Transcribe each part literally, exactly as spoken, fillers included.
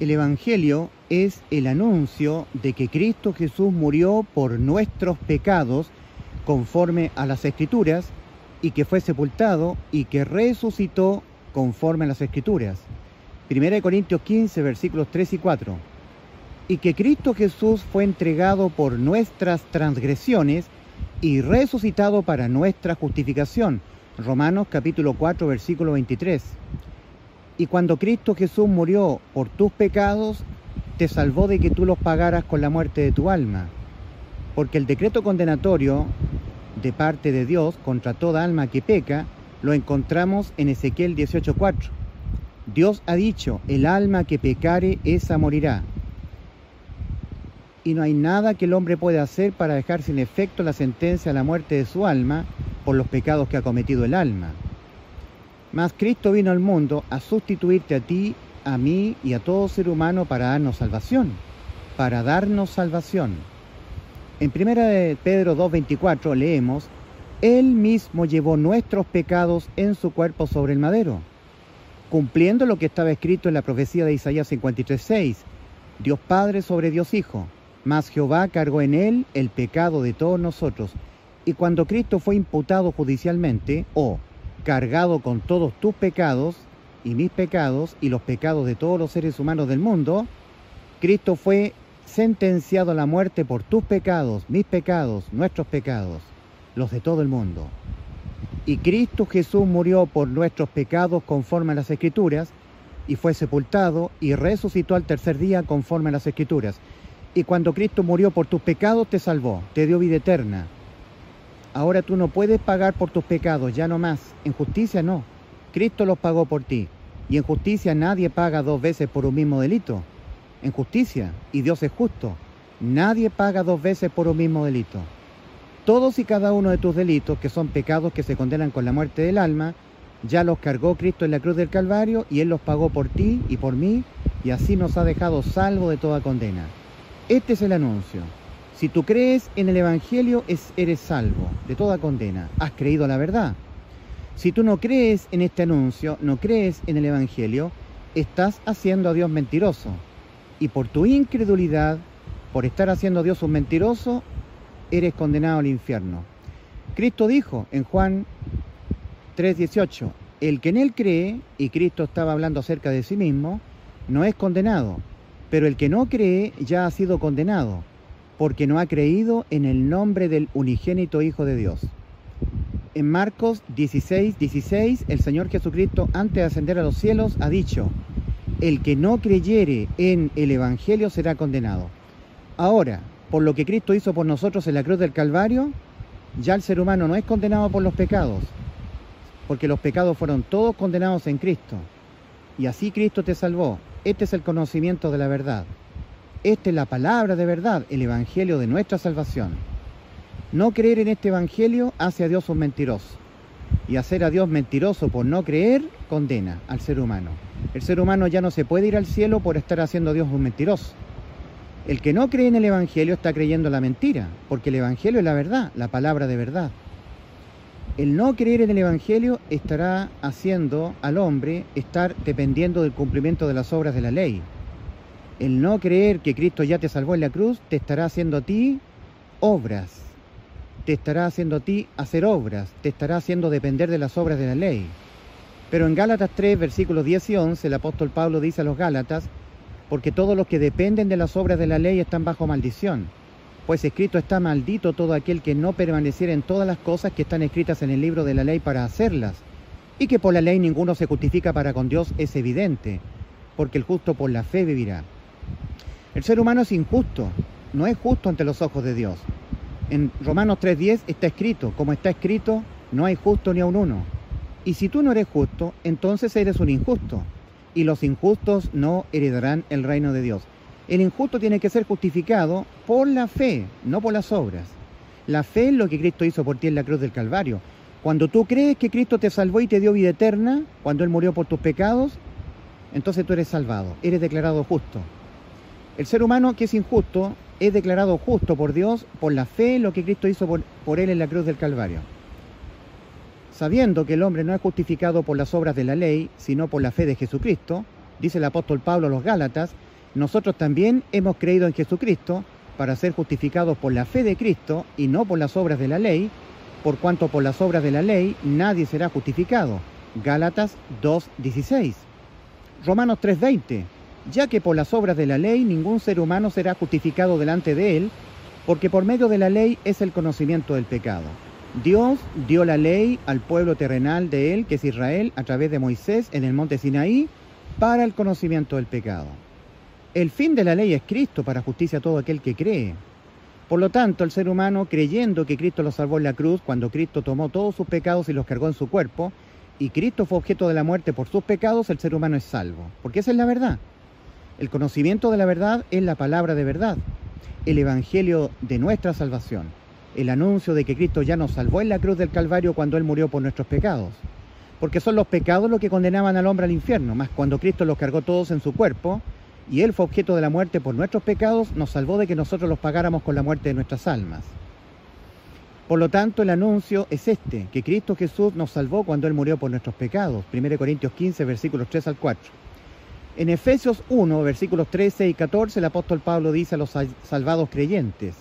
El Evangelio es el anuncio de que Cristo Jesús murió por nuestros pecados conforme a las Escrituras y que fue sepultado y que resucitó conforme a las Escrituras. Primera de Corintios quince, versículos tres y cuatro. Y que Cristo Jesús fue entregado por nuestras transgresiones y resucitado para nuestra justificación. Romanos capítulo cuatro, versículo veintitrés. Y cuando Cristo Jesús murió por tus pecados, te salvó de que tú los pagaras con la muerte de tu alma. Porque el decreto condenatorio de parte de Dios contra toda alma que peca, lo encontramos en Ezequiel dieciocho cuatro. Dios ha dicho, el alma que pecare, esa morirá. Y no hay nada que el hombre pueda hacer para dejar sin efecto la sentencia a la muerte de su alma por los pecados que ha cometido el alma. Mas Cristo vino al mundo a sustituirte a ti, a mí y a todo ser humano para darnos salvación, para darnos salvación. En primera de Pedro dos veinticuatro leemos, Él mismo llevó nuestros pecados en su cuerpo sobre el madero, cumpliendo lo que estaba escrito en la profecía de Isaías cincuenta y tres seis, Dios Padre sobre Dios Hijo, mas Jehová cargó en Él el pecado de todos nosotros. Y cuando Cristo fue imputado judicialmente, o cargado con todos tus pecados y mis pecados y los pecados de todos los seres humanos del mundo, Cristo fue sentenciado a la muerte por tus pecados, mis pecados, nuestros pecados, los de todo el mundo. Y Cristo Jesús murió por nuestros pecados conforme a las Escrituras, y fue sepultado y resucitó al tercer día conforme a las Escrituras. Y cuando Cristo murió por tus pecados, te salvó, te dio vida eterna. Ahora tú no puedes pagar por tus pecados, ya no más. En justicia no. Cristo los pagó por ti. Y en justicia nadie paga dos veces por un mismo delito. En justicia, y Dios es justo, nadie paga dos veces por un mismo delito. Todos y cada uno de tus delitos, que son pecados que se condenan con la muerte del alma, ya los cargó Cristo en la cruz del Calvario y Él los pagó por ti y por mí, y así nos ha dejado salvo de toda condena. Este es el anuncio. Si tú crees en el Evangelio, es, eres salvo de toda condena. Has creído la verdad. Si tú no crees en este anuncio, no crees en el Evangelio, estás haciendo a Dios mentiroso. Y por tu incredulidad, por estar haciendo a Dios un mentiroso, eres condenado al infierno. Cristo dijo en Juan tres dieciocho, el que en Él cree, y Cristo estaba hablando acerca de sí mismo, no es condenado, pero el que no cree ya ha sido condenado, porque no ha creído en el nombre del unigénito Hijo de Dios. En Marcos dieciséis dieciséis, el Señor Jesucristo, antes de ascender a los cielos, ha dicho, el que no creyere en el Evangelio será condenado. Ahora, por lo que Cristo hizo por nosotros en la cruz del Calvario, ya el ser humano no es condenado por los pecados, porque los pecados fueron todos condenados en Cristo. Y así Cristo te salvó. Este es el conocimiento de la verdad. Esta es la palabra de verdad, el Evangelio de nuestra salvación. No creer en este Evangelio hace a Dios un mentiroso. Y hacer a Dios mentiroso por no creer, condena al ser humano. El ser humano ya no se puede ir al cielo por estar haciendo a Dios un mentiroso. El que no cree en el Evangelio está creyendo la mentira, porque el Evangelio es la verdad, la palabra de verdad. El no creer en el Evangelio estará haciendo al hombre estar dependiendo del cumplimiento de las obras de la ley. El no creer que Cristo ya te salvó en la cruz te estará haciendo a ti obras, te estará haciendo a ti hacer obras, te estará haciendo depender de las obras de la ley. Pero en Gálatas tres, versículos diez y once, el apóstol Pablo dice a los Gálatas, porque todos los que dependen de las obras de la ley están bajo maldición, pues escrito está maldito todo aquel que no permaneciera en todas las cosas que están escritas en el libro de la ley para hacerlas, y que por la ley ninguno se justifica para con Dios es evidente, porque el justo por la fe vivirá. El ser humano es injusto, no es justo ante los ojos de Dios. En Romanos tres diez está escrito, como está escrito, no hay justo ni aun uno. Y si tú no eres justo, entonces eres un injusto, y los injustos no heredarán el reino de Dios. El injusto tiene que ser justificado por la fe, no por las obras. La fe es lo que Cristo hizo por ti en la cruz del Calvario. Cuando tú crees que Cristo te salvó y te dio vida eterna, cuando Él murió por tus pecados, entonces tú eres salvado, eres declarado justo. El ser humano que es injusto es declarado justo por Dios por la fe en lo que Cristo hizo por, por Él en la cruz del Calvario. Sabiendo que el hombre no es justificado por las obras de la ley, sino por la fe de Jesucristo, dice el apóstol Pablo a los Gálatas, Nosotros también hemos creído en Jesucristo para ser justificados por la fe de Cristo y no por las obras de la ley, por cuanto por las obras de la ley nadie será justificado. Gálatas dos dieciséis. Romanos tres veinte. Ya que por las obras de la ley ningún ser humano será justificado delante de él, porque por medio de la ley es el conocimiento del pecado. Dios dio la ley al pueblo terrenal de él, que es Israel, a través de Moisés en el monte Sinaí, para el conocimiento del pecado. El fin de la ley es Cristo para justicia a todo aquel que cree. Por lo tanto, el ser humano, creyendo que Cristo lo salvó en la cruz, cuando Cristo tomó todos sus pecados y los cargó en su cuerpo, y Cristo fue objeto de la muerte por sus pecados, el ser humano es salvo. Porque esa es la verdad. El conocimiento de la verdad es la palabra de verdad, el evangelio de nuestra salvación, el anuncio de que Cristo ya nos salvó en la cruz del Calvario cuando Él murió por nuestros pecados. Porque son los pecados los que condenaban al hombre al infierno, mas cuando Cristo los cargó todos en su cuerpo, y Él fue objeto de la muerte por nuestros pecados, nos salvó de que nosotros los pagáramos con la muerte de nuestras almas. Por lo tanto, el anuncio es este, que Cristo Jesús nos salvó cuando Él murió por nuestros pecados. primera Corintios quince, versículos tres al cuatro. En Efesios uno, versículos trece y catorce, el apóstol Pablo dice a los salvados creyentes: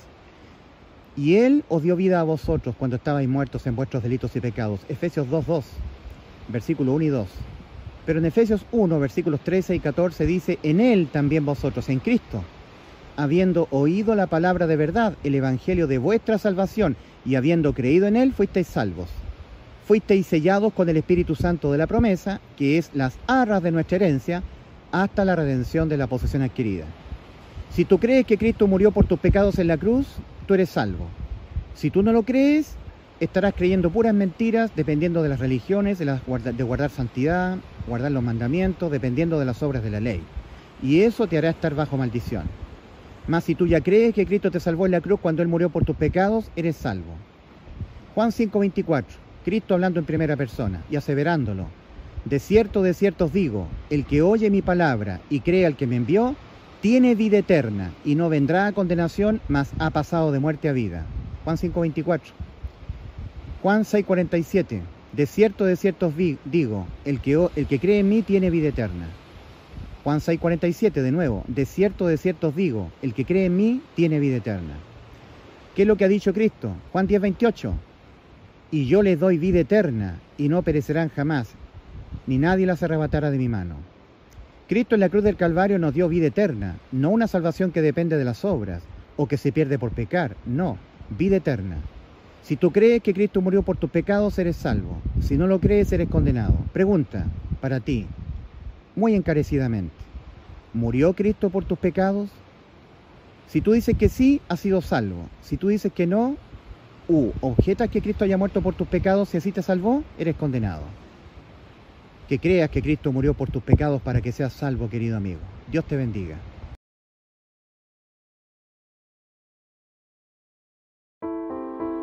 y Él os dio vida a vosotros cuando estabais muertos en vuestros delitos y pecados. Efesios dos, dos, versículo uno y dos. Pero en Efesios uno, versículos trece y catorce dice: en Él también vosotros, en Cristo, habiendo oído la palabra de verdad, el evangelio de vuestra salvación, y habiendo creído en Él, fuisteis salvos. Fuisteis sellados con el Espíritu Santo de la promesa, que es las arras de nuestra herencia, hasta la redención de la posesión adquirida. Si tú crees que Cristo murió por tus pecados en la cruz, tú eres salvo. Si tú no lo crees, estarás creyendo puras mentiras, dependiendo de las religiones, de, las guarda, de guardar santidad, guardar los mandamientos, dependiendo de las obras de la ley. Y eso te hará estar bajo maldición. Mas si tú ya crees que Cristo te salvó en la cruz cuando Él murió por tus pecados, eres salvo. Juan cinco, veinticuatro. Cristo hablando en primera persona y aseverándolo: de cierto, de cierto os digo, el que oye mi palabra y cree al que me envió, tiene vida eterna, y no vendrá a condenación, mas ha pasado de muerte a vida. Juan cinco, veinticuatro. Juan seis, cuarenta y siete. De cierto, de cierto os digo, el que, el que cree en mí tiene vida eterna. Juan seis, cuarenta y siete, de nuevo. De cierto, de cierto os digo, el que cree en mí tiene vida eterna. ¿Qué es lo que ha dicho Cristo? Juan diez, veintiocho. Y yo les doy vida eterna, y no perecerán jamás, ni nadie las arrebatará de mi mano. Cristo en la cruz del Calvario nos dio vida eterna, no una salvación que depende de las obras, o que se pierde por pecar, no, vida eterna. Si tú crees que Cristo murió por tus pecados, eres salvo. Si no lo crees, eres condenado. Pregunta para ti, muy encarecidamente: ¿murió Cristo por tus pecados? Si tú dices que sí, has sido salvo. Si tú dices que no, u objetas que Cristo haya muerto por tus pecados y así te salvó, eres condenado. Que creas que Cristo murió por tus pecados para que seas salvo, querido amigo. Dios te bendiga.